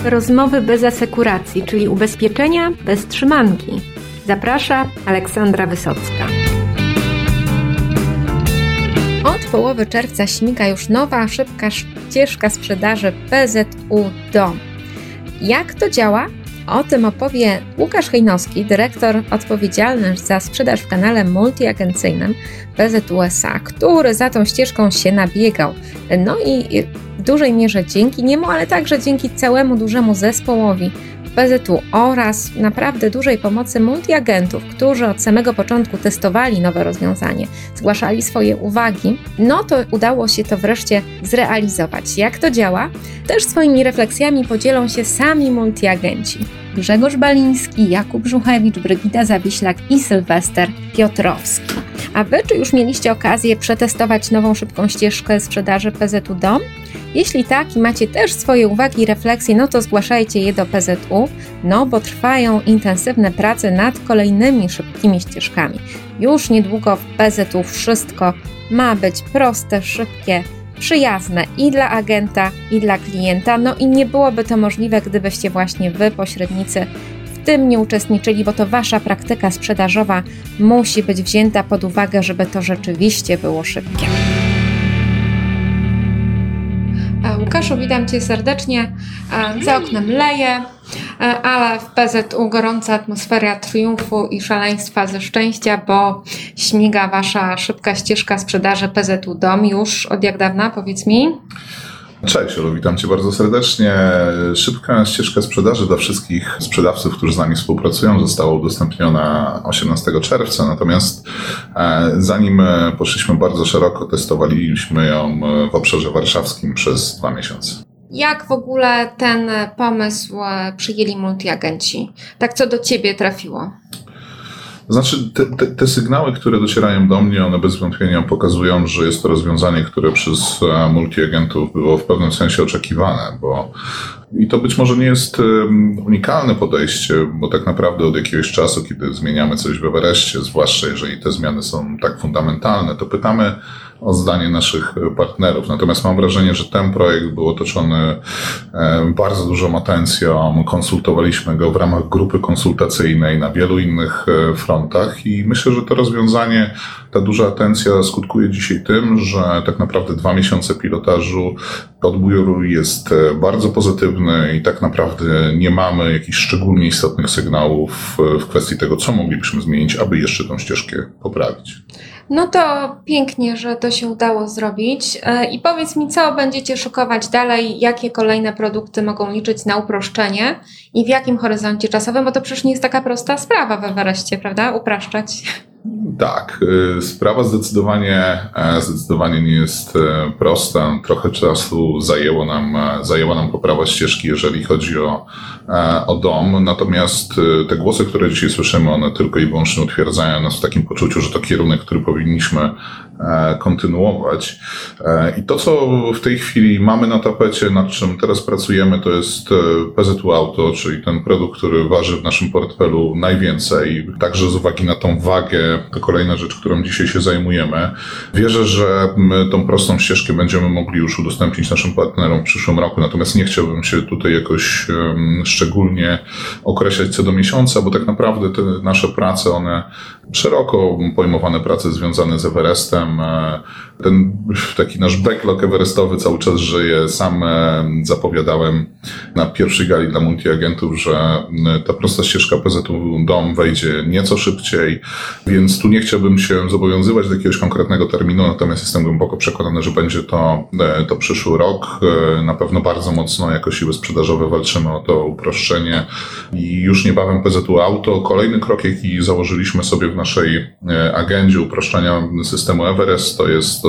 Rozmowy bez asekuracji, czyli ubezpieczenia bez trzymanki. Zaprasza Aleksandra Wysocka. Od połowy czerwca śmiga już nowa, szybka ścieżka sprzedaży PZU Dom. Jak to działa? O tym opowie Łukasz Hejnowski, dyrektor odpowiedzialny za sprzedaż w kanale multiagencyjnym PZU SA, który za tą ścieżką się nabiegał. No i w dużej mierze dzięki niemu, ale także dzięki całemu dużemu zespołowi PZU oraz naprawdę dużej pomocy multiagentów, którzy od samego początku testowali nowe rozwiązanie, zgłaszali swoje uwagi, no to udało się to wreszcie zrealizować. Jak to działa? Też swoimi refleksjami podzielą się sami multiagenci. Grzegorz Baliński, Jakub Żuchewicz, Brygida Zawiślak i Sylwester Piotrowski. A Wy czy już mieliście okazję przetestować nową szybką ścieżkę sprzedaży PZU Dom? Jeśli tak i macie też swoje uwagi i refleksje, no to zgłaszajcie je do PZU, no bo trwają intensywne prace nad kolejnymi szybkimi ścieżkami. Już niedługo w PZU wszystko ma być proste, szybkie, przyjazne i dla agenta, i dla klienta. No i nie byłoby to możliwe, gdybyście właśnie Wy, pośrednicy, w tym nie uczestniczyli, bo to Wasza praktyka sprzedażowa musi być wzięta pod uwagę, żeby to rzeczywiście było szybkie. Łukaszu, witam Cię serdecznie. Za oknem leje, ale w PZU gorąca atmosfera triumfu i szaleństwa ze szczęścia, bo śmiga Wasza szybka ścieżka sprzedaży PZU Dom już od jak dawna, powiedz mi? Cześć, Olu, witam Cię bardzo serdecznie. Szybka ścieżka sprzedaży dla wszystkich sprzedawców, którzy z nami współpracują, została udostępniona 18 czerwca, natomiast zanim poszliśmy bardzo szeroko, testowaliśmy ją w obszarze warszawskim przez 2 miesiące. Jak w ogóle ten pomysł przyjęli multiagenci? Tak co do Ciebie trafiło? Znaczy, te sygnały, które docierają do mnie, one bez wątpienia pokazują, że jest to rozwiązanie, które przez multiagentów było w pewnym sensie oczekiwane, i to być może nie jest unikalne podejście, bo tak naprawdę od jakiegoś czasu, kiedy zmieniamy coś w Everestie, zwłaszcza jeżeli te zmiany są tak fundamentalne, to pytamy o zdanie naszych partnerów. Natomiast mam wrażenie, że ten projekt był otoczony bardzo dużą atencją, konsultowaliśmy go w ramach grupy konsultacyjnej na wielu innych frontach i myślę, że to rozwiązanie, ta duża atencja skutkuje dzisiaj tym, że tak naprawdę 2 miesiące pilotażu odbór jest bardzo pozytywny i tak naprawdę nie mamy jakichś szczególnie istotnych sygnałów w kwestii tego, co moglibyśmy zmienić, aby jeszcze tą ścieżkę poprawić. No to pięknie, że to się udało zrobić. I powiedz mi, co będziecie szykować dalej, jakie kolejne produkty mogą liczyć na uproszczenie i w jakim horyzoncie czasowym, bo to przecież nie jest taka prosta sprawa w Everestie, prawda? Upraszczać. Tak, sprawa zdecydowanie nie jest prosta. Trochę czasu zajęła nam poprawa ścieżki, jeżeli chodzi o dom. Natomiast te głosy, które dzisiaj słyszymy, one tylko i wyłącznie utwierdzają nas w takim poczuciu, że to kierunek, który powinniśmy kontynuować. I to, co w tej chwili mamy na tapecie, nad czym teraz pracujemy, to jest PZU Auto, czyli ten produkt, który waży w naszym portfelu najwięcej. Także z uwagi na tą wagę, to kolejna rzecz, którą dzisiaj się zajmujemy. Wierzę, że my tą prostą ścieżkę będziemy mogli już udostępnić naszym partnerom w przyszłym roku, natomiast nie chciałbym się tutaj jakoś szczególnie określać co do miesiąca, bo tak naprawdę te nasze prace, one szeroko pojmowane prace związane z Everestem, ten taki nasz backlog everestowy cały czas żyje. Sam zapowiadałem na pierwszej gali dla multiagentów, że ta prosta ścieżka PZU Dom wejdzie nieco szybciej, więc tu nie chciałbym się zobowiązywać do jakiegoś konkretnego terminu, natomiast jestem głęboko przekonany, że będzie to przyszły rok. Na pewno bardzo mocno jako siły sprzedażowe walczymy o to uproszczenie i już niebawem PZU Auto. Kolejny krok, jaki założyliśmy sobie w naszej agendzie uproszczenia systemu Everest, to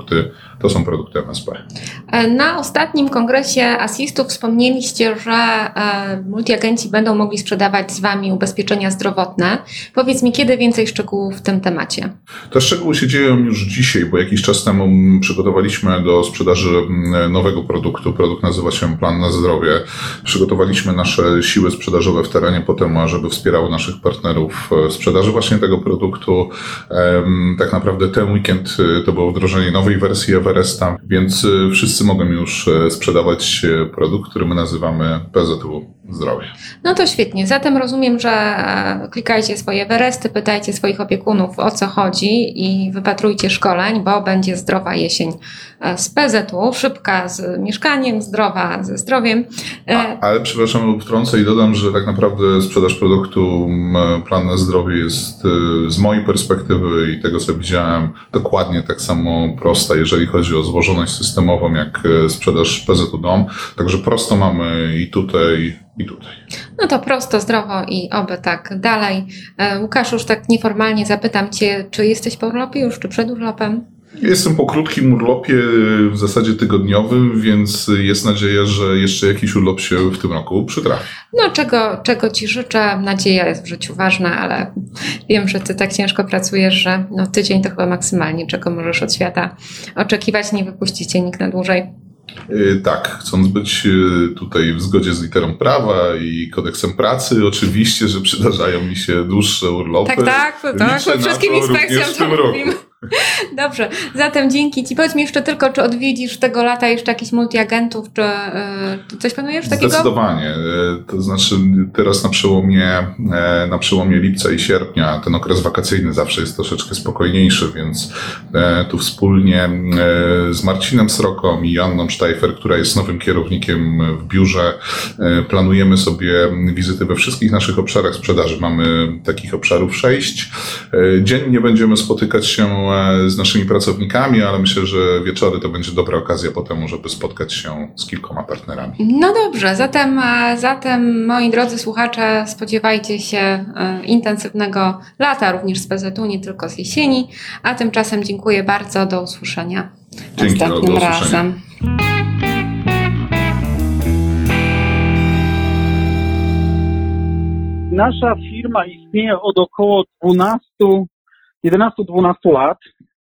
są produkty MSP. Na ostatnim kongresie asystów wspomnieliście, że multiagenci będą mogli sprzedawać z Wami ubezpieczenia zdrowotne. Powiedz mi, kiedy więcej szczegółów w tym temacie? Te szczegóły się dzieją już dzisiaj, bo jakiś czas temu przygotowaliśmy do sprzedaży nowego produktu. Produkt nazywa się Plan na Zdrowie. Przygotowaliśmy nasze siły sprzedażowe w terenie po temu, żeby wspierały naszych partnerów w sprzedaży właśnie tego produktu. Tak naprawdę ten weekend to było wdrożenie nowej wersji Everesta, więc wszyscy mogą już sprzedawać produkt, który my nazywamy PZU Zdrowie. No to świetnie. Zatem rozumiem, że klikajcie swoje Everesty, pytajcie swoich opiekunów, o co chodzi i wypatrujcie szkoleń, bo będzie zdrowa jesień z PZU, szybka z mieszkaniem, zdrowa ze zdrowiem. Ale przepraszam, wtrącę i dodam, że tak naprawdę sprzedaż produktu Plan na Zdrowie jest z mojej perspektywy i tego, co widziałem, dokładnie tak samo prosta, jeżeli chodzi o złożoność systemową, jak sprzedaż PZU Dom. Także prosto mamy i tutaj. No to prosto, zdrowo i oby tak dalej. Łukaszu, już tak nieformalnie zapytam Cię, czy jesteś po urlopie już, czy przed urlopem? Jestem po krótkim urlopie, w zasadzie tygodniowym, więc jest nadzieja, że jeszcze jakiś urlop się w tym roku przytrafi. No czego Ci życzę. Nadzieja jest w życiu ważna, ale wiem, że Ty tak ciężko pracujesz, że tydzień to chyba maksymalnie, czego możesz od świata oczekiwać. Nie wypuści Cię nikt na dłużej. Tak, chcąc być tutaj w zgodzie z literą prawa i kodeksem pracy, oczywiście, że przydarzają mi się dłuższe urlopy. Tak, wszystkim inspekcjom to mówimy. Dobrze, zatem dzięki Ci. Powiedz mi jeszcze tylko, czy odwiedzisz tego lata jeszcze jakichś multiagentów, czy coś planujesz takiego? Zdecydowanie. To znaczy teraz na przełomie lipca i sierpnia ten okres wakacyjny zawsze jest troszeczkę spokojniejszy, więc tu wspólnie z Marcinem Sroką i Joanną Sztajfer, która jest nowym kierownikiem w biurze, planujemy sobie wizyty we wszystkich naszych obszarach sprzedaży. Mamy takich obszarów 6. Dziennie będziemy spotykać się z naszymi pracownikami, ale myślę, że wieczory to będzie dobra okazja po temu, żeby spotkać się z kilkoma partnerami. No dobrze, zatem moi drodzy słuchacze, spodziewajcie się intensywnego lata, również z PZU, nie tylko z jesieni, a tymczasem dziękuję bardzo, do usłyszenia następnym razem. Nasza firma istnieje od około 11-12 lat.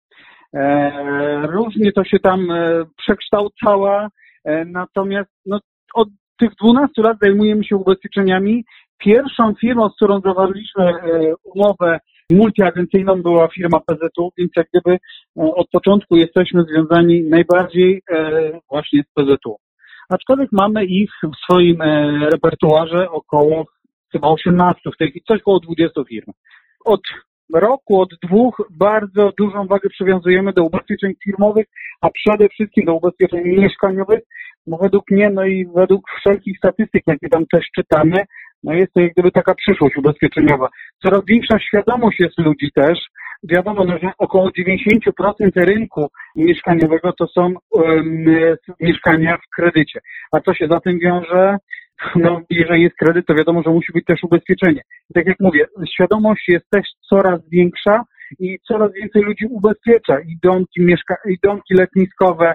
Różnie to się tam przekształcała, natomiast od tych 12 lat zajmujemy się ubezpieczeniami. Pierwszą firmą, z którą zawarliśmy umowę multiagencyjną, była firma PZU, więc jak gdyby od początku jesteśmy związani najbardziej właśnie z PZU. Aczkolwiek mamy ich w swoim repertuarze około chyba 18, w tej chwili coś około 20 firm. Od roku, od 2 bardzo dużą wagę przywiązujemy do ubezpieczeń firmowych, a przede wszystkim do ubezpieczeń mieszkaniowych, bo według mnie, i według wszelkich statystyk, jakie tam też czytamy, jest to jak gdyby taka przyszłość ubezpieczeniowa. Coraz większa świadomość jest ludzi też. Wiadomo, że około 90% rynku mieszkaniowego to są mieszkania w kredycie. A co się za tym wiąże? Jeżeli jest kredyt, to wiadomo, że musi być też ubezpieczenie. Tak jak mówię, świadomość jest też coraz większa i coraz więcej ludzi ubezpiecza i domki letniskowe,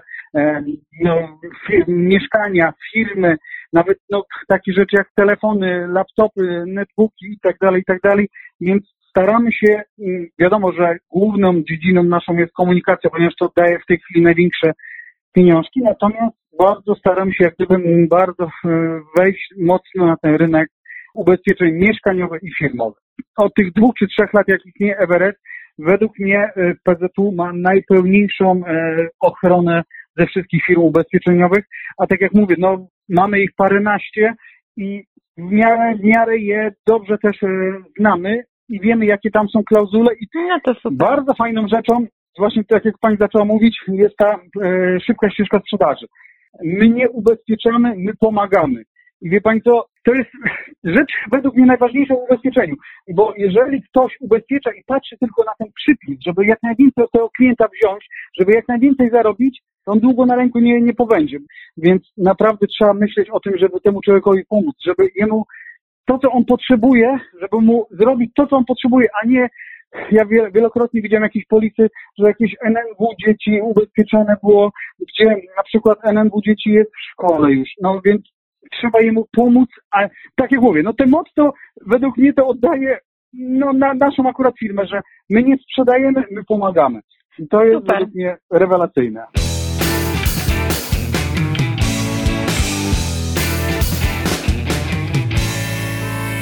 mieszkania, firmy, nawet takie rzeczy jak telefony, laptopy, netbooki i tak dalej, więc staramy się, wiadomo, że główną dziedziną naszą jest komunikacja, ponieważ to daje w tej chwili największe pieniążki, natomiast bardzo staramy się bardzo wejść mocno na ten rynek ubezpieczeń mieszkaniowych i firmowych. Od tych 2 czy 3 lat, jak istnieje Everest, według mnie PZU ma najpełniejszą ochronę ze wszystkich firm ubezpieczeniowych, a tak jak mówię, mamy ich paręnaście i w miarę je dobrze też znamy i wiemy, jakie tam są klauzule i bardzo fajną rzeczą, właśnie tak jak Pani zaczęła mówić, jest ta szybka ścieżka sprzedaży. My nie ubezpieczamy, my pomagamy. I wie Pani co, to jest rzecz według mnie najważniejsza w ubezpieczeniu, bo jeżeli ktoś ubezpiecza i patrzy tylko na ten przypis, żeby jak najwięcej od tego klienta wziąć, żeby jak najwięcej zarobić, to on długo na rynku nie pobędzie. Więc naprawdę trzeba myśleć o tym, żeby temu człowiekowi pomóc, żeby jemu to, co on potrzebuje, żeby mu zrobić to, co on potrzebuje, a nie. Ja wielokrotnie widziałem jakieś polisy, że jakieś NNW dzieci ubezpieczone było, gdzie na przykład NNW dzieci jest w szkole już, więc trzeba jemu pomóc, a tak jak mówię, tę moc to według mnie to oddaje na naszą akurat firmę, że my nie sprzedajemy, my pomagamy. To jest według mnie rewelacyjne.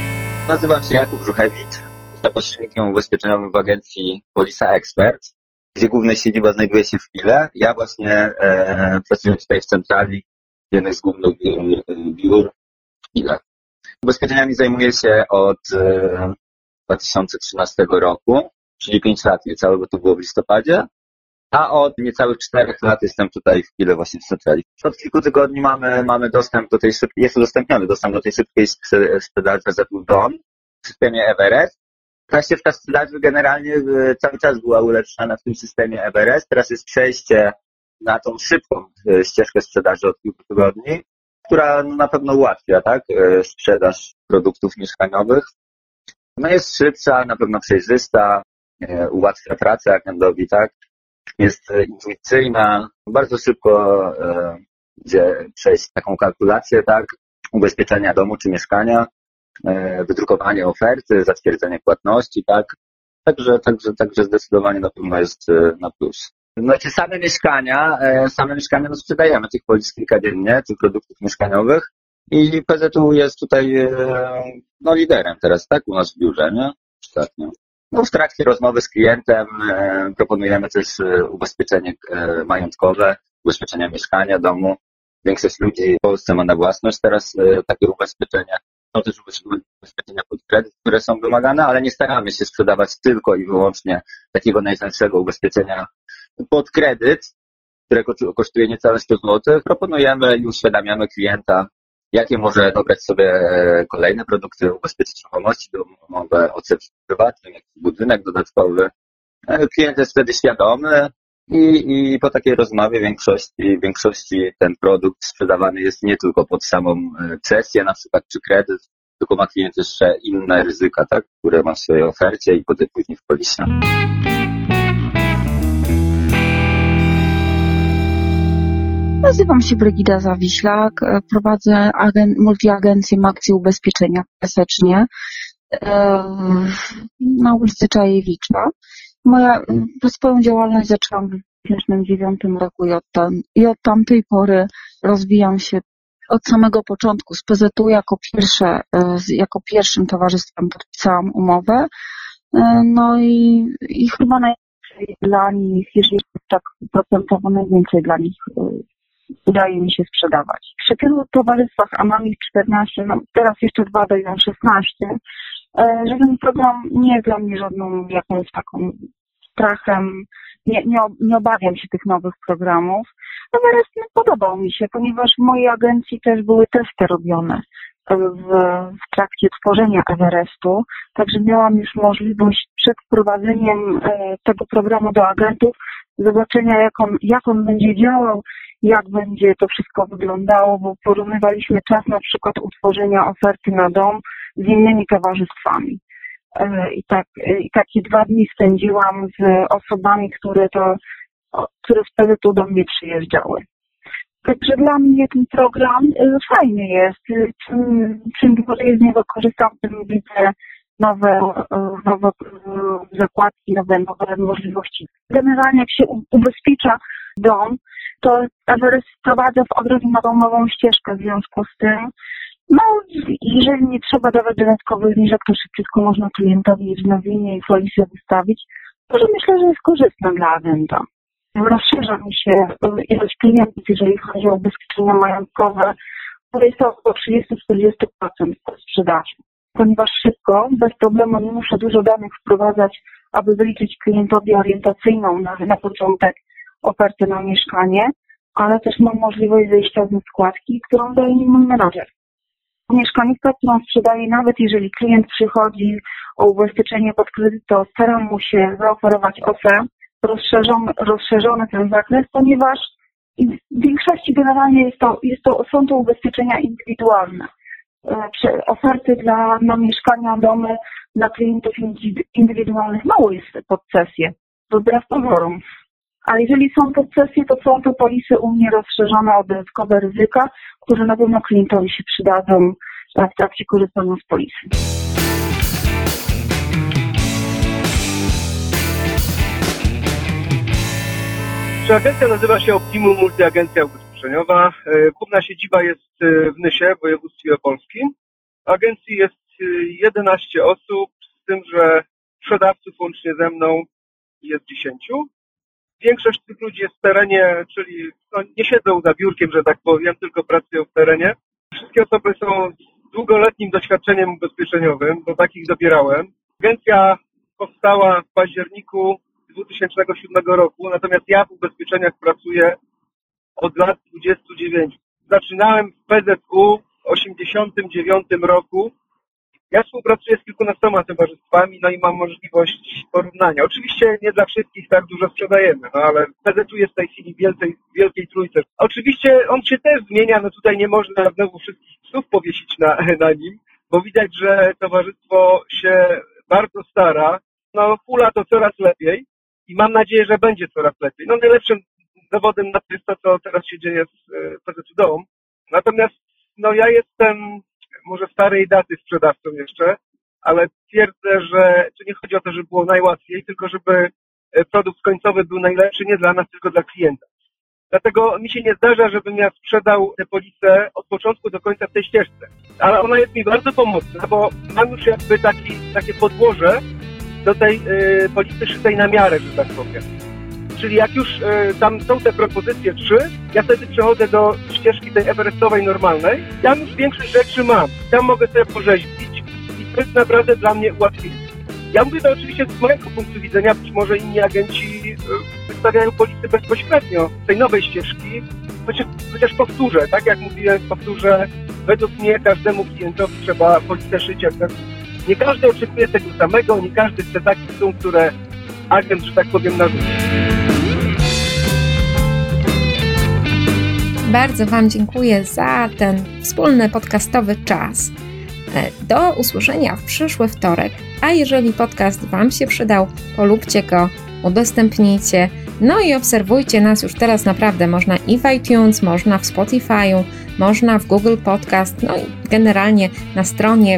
Nazywam się Jakub Żuchewicz, jestem pośrednikiem ubezpieczeniowym w agencji Polisa Expert. gdzie główna siedziba znajduje się w Pile. Ja właśnie pracuję tutaj w centrali, jednej z głównych biur w Pile. Ubezpieczeniami zajmuję się od 2013 roku, czyli 5 lat niecałe, bo to było w listopadzie, a od niecałych 4 lat jestem tutaj w Pile właśnie w centrali. Od kilku tygodni mamy dostęp do tej szybkiej, jest udostępniony dostęp do tej szybkiej sprzedaży PZU Dom w systemie Everest. Ta ścieżka sprzedaży generalnie cały czas była ulepszana w tym systemie Everest. Teraz jest przejście na tą szybką ścieżkę sprzedaży od kilku tygodni, która na pewno ułatwia, tak, sprzedaż produktów mieszkaniowych. No jest szybsza, na pewno przejrzysta, ułatwia pracę agendowi, tak, jest intuicyjna, bardzo szybko gdzie przejść taką kalkulację, tak, ubezpieczenia domu czy mieszkania, wydrukowanie oferty, zatwierdzenie płatności, tak. Także zdecydowanie na pewno jest na plus. Znaczy same mieszkania no sprzedajemy tych polis kilka dziennie, tych produktów mieszkaniowych i PZU jest tutaj no liderem teraz, tak, u nas w biurze, nie? Ostatnio. No w trakcie rozmowy z klientem proponujemy też ubezpieczenie majątkowe, ubezpieczenie mieszkania, domu. Większość ludzi w Polsce ma na własność teraz takie ubezpieczenia. Są też ubezpieczenia pod kredyt, które są wymagane, ale nie staramy się sprzedawać tylko i wyłącznie takiego najtańszego ubezpieczenia pod kredyt, którego kosztuje niecałe 100 zł. Proponujemy i uświadamiamy klienta, jakie może dobrać sobie kolejne produkty, ubezpieczyć nieruchomości domowe, OC prywatny, jakiś budynek dodatkowy. Klient jest wtedy świadomy i po takiej rozmowie w większości ten produkt sprzedawany jest nie tylko pod samą cesję na przykład czy kredyt, tylko ma klient jeszcze inne ryzyka, tak, które ma w swojej ofercie i później w polisie. Nazywam się Brygida Zawiślak, prowadzę multiagencję Akcji Ubezpieczenia w Piasecznie na ulicy Czajewicza. Swoją działalność zaczęłam w 2009 roku i od tamtej pory rozwijam się od samego początku. Z PZU jako pierwszym towarzystwem podpisałam umowę. No i chyba najwięcej dla nich, jeżeli tak procentowo najwięcej dla nich udaje mi się sprzedawać. Przy tylu towarzystwach, a mam ich 14, no teraz jeszcze 2 dają 16, że ten program nie jest dla mnie żadną jakąś taką strachem, nie obawiam się tych nowych programów. Everest podobał mi się, ponieważ w mojej agencji też były testy robione w trakcie tworzenia Everestu, także miałam już możliwość przed wprowadzeniem tego programu do agentów zobaczenia, jak on będzie działał, jak będzie to wszystko wyglądało, bo porównywaliśmy czas na przykład utworzenia oferty na dom z innymi towarzystwami. I takie 2 dni spędziłam z osobami, które z PZU do mnie przyjeżdżały. Także dla mnie ten program fajny jest. Czym dłużej z niego korzystam, tym widzę nowe zakładki, nowe możliwości. Generalnie jak się ubezpiecza dom, to Everest wprowadza od razu nową ścieżkę w związku z tym. No, jeżeli nie trzeba dawać dodatkowych zniżek, to szybciutko można klientowi wznowienie i polisę wystawić. Także myślę, że jest korzystne dla agenta. Rozszerza mi się ilość klientów, jeżeli chodzi o ubezpieczenia majątkowe, które jest to około 30-40% sprzedaży. Ponieważ szybko, bez problemu nie muszę dużo danych wprowadzać, aby wyliczyć klientowi orientacyjną na początek oferty na mieszkanie, ale też mam możliwość zejścia z składki, którą daje mi mój menadżer. Mieszkaniówka, którą sprzedaję, nawet jeżeli klient przychodzi o ubezpieczenie pod kredyt, to staram mu się zaoferować OFE, rozszerzony ten zakres, ponieważ w większości generalnie są to ubezpieczenia indywidualne. Oferty na mieszkania, domy dla klientów indywidualnych mało jest pod cesję, wbrew pozorom. A jeżeli są pod cesję, to są to polisy u mnie rozszerzone o dodatkowe ryzyka, które na pewno klientowi się przydadzą w trakcie korzystania z polisy. Agencja nazywa się Optimum Multiagencja Ubezpieczeniowa. Główna siedziba jest w Nysie, w województwie opolskim. W agencji jest 11 osób, z tym, że sprzedawców łącznie ze mną jest 10. Większość z tych ludzi jest w terenie, czyli nie siedzą za biurkiem, że tak powiem, tylko pracują w terenie. Wszystkie osoby są z długoletnim doświadczeniem ubezpieczeniowym, bo takich dobierałem. Agencja powstała w październiku 2007 roku, natomiast ja w ubezpieczeniach pracuję od lat 29. Zaczynałem w PZU w 1989 roku. Ja współpracuję z kilkunastoma towarzystwami, no i mam możliwość porównania. Oczywiście nie dla wszystkich tak dużo sprzedajemy, no ale PZU jest w tej chwili w wielkiej trójce. Oczywiście on się też zmienia, no tutaj nie można znowu wszystkich psów powiesić na nim, bo widać, że towarzystwo się bardzo stara. No pula to coraz lepiej i mam nadzieję, że będzie coraz lepiej. No najlepszym dowodem na to jest to, co teraz się dzieje z PZU Dom. Natomiast no ja jestem może starej daty sprzedawcą jeszcze, ale twierdzę, że to nie chodzi o to, żeby było najłatwiej, tylko żeby produkt końcowy był najlepszy nie dla nas, tylko dla klienta. Dlatego mi się nie zdarza, żebym ja sprzedał tę polisę od początku do końca w tej ścieżce. Ale ona jest mi bardzo pomocna, bo mam już jakby takie podłoże do tej polisy szytej na miarę, że tak powiem. Czyli jak już tam są te propozycje 3, ja wtedy przechodzę do ścieżki tej everestowej normalnej. Tam już większość rzeczy mam. Tam mogę sobie porzeźbić i to jest naprawdę dla mnie ułatwienie. Ja mówię to oczywiście z mojego punktu widzenia, być może inni agenci wystawiają polisy bezpośrednio z tej nowej ścieżki, chociaż powtórzę, tak jak mówiłem, według mnie każdemu klientowi trzeba polisę szyć jak tak. Nie każdy oczekuje tego samego, nie każdy chce takich sum, które agent, że tak powiem, narzuci. Bardzo Wam dziękuję za ten wspólny podcastowy czas. Do usłyszenia w przyszły wtorek, a jeżeli podcast Wam się przydał, polubcie go, udostępnijcie, no i obserwujcie nas już teraz naprawdę. Można i w iTunes, można w Spotify'u, można w Google Podcast, no i generalnie na stronie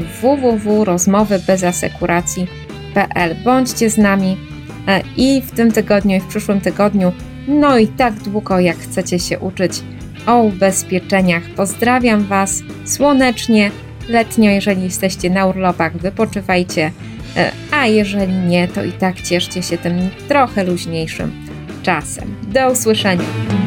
www.rozmowybezasekuracji.pl. Bądźcie z nami i w tym tygodniu, i w przyszłym tygodniu, no i tak długo jak chcecie się uczyć o ubezpieczeniach. Pozdrawiam Was słonecznie, letnio, jeżeli jesteście na urlopach, wypoczywajcie, a jeżeli nie, to i tak cieszcie się tym trochę luźniejszym czasem. Do usłyszenia!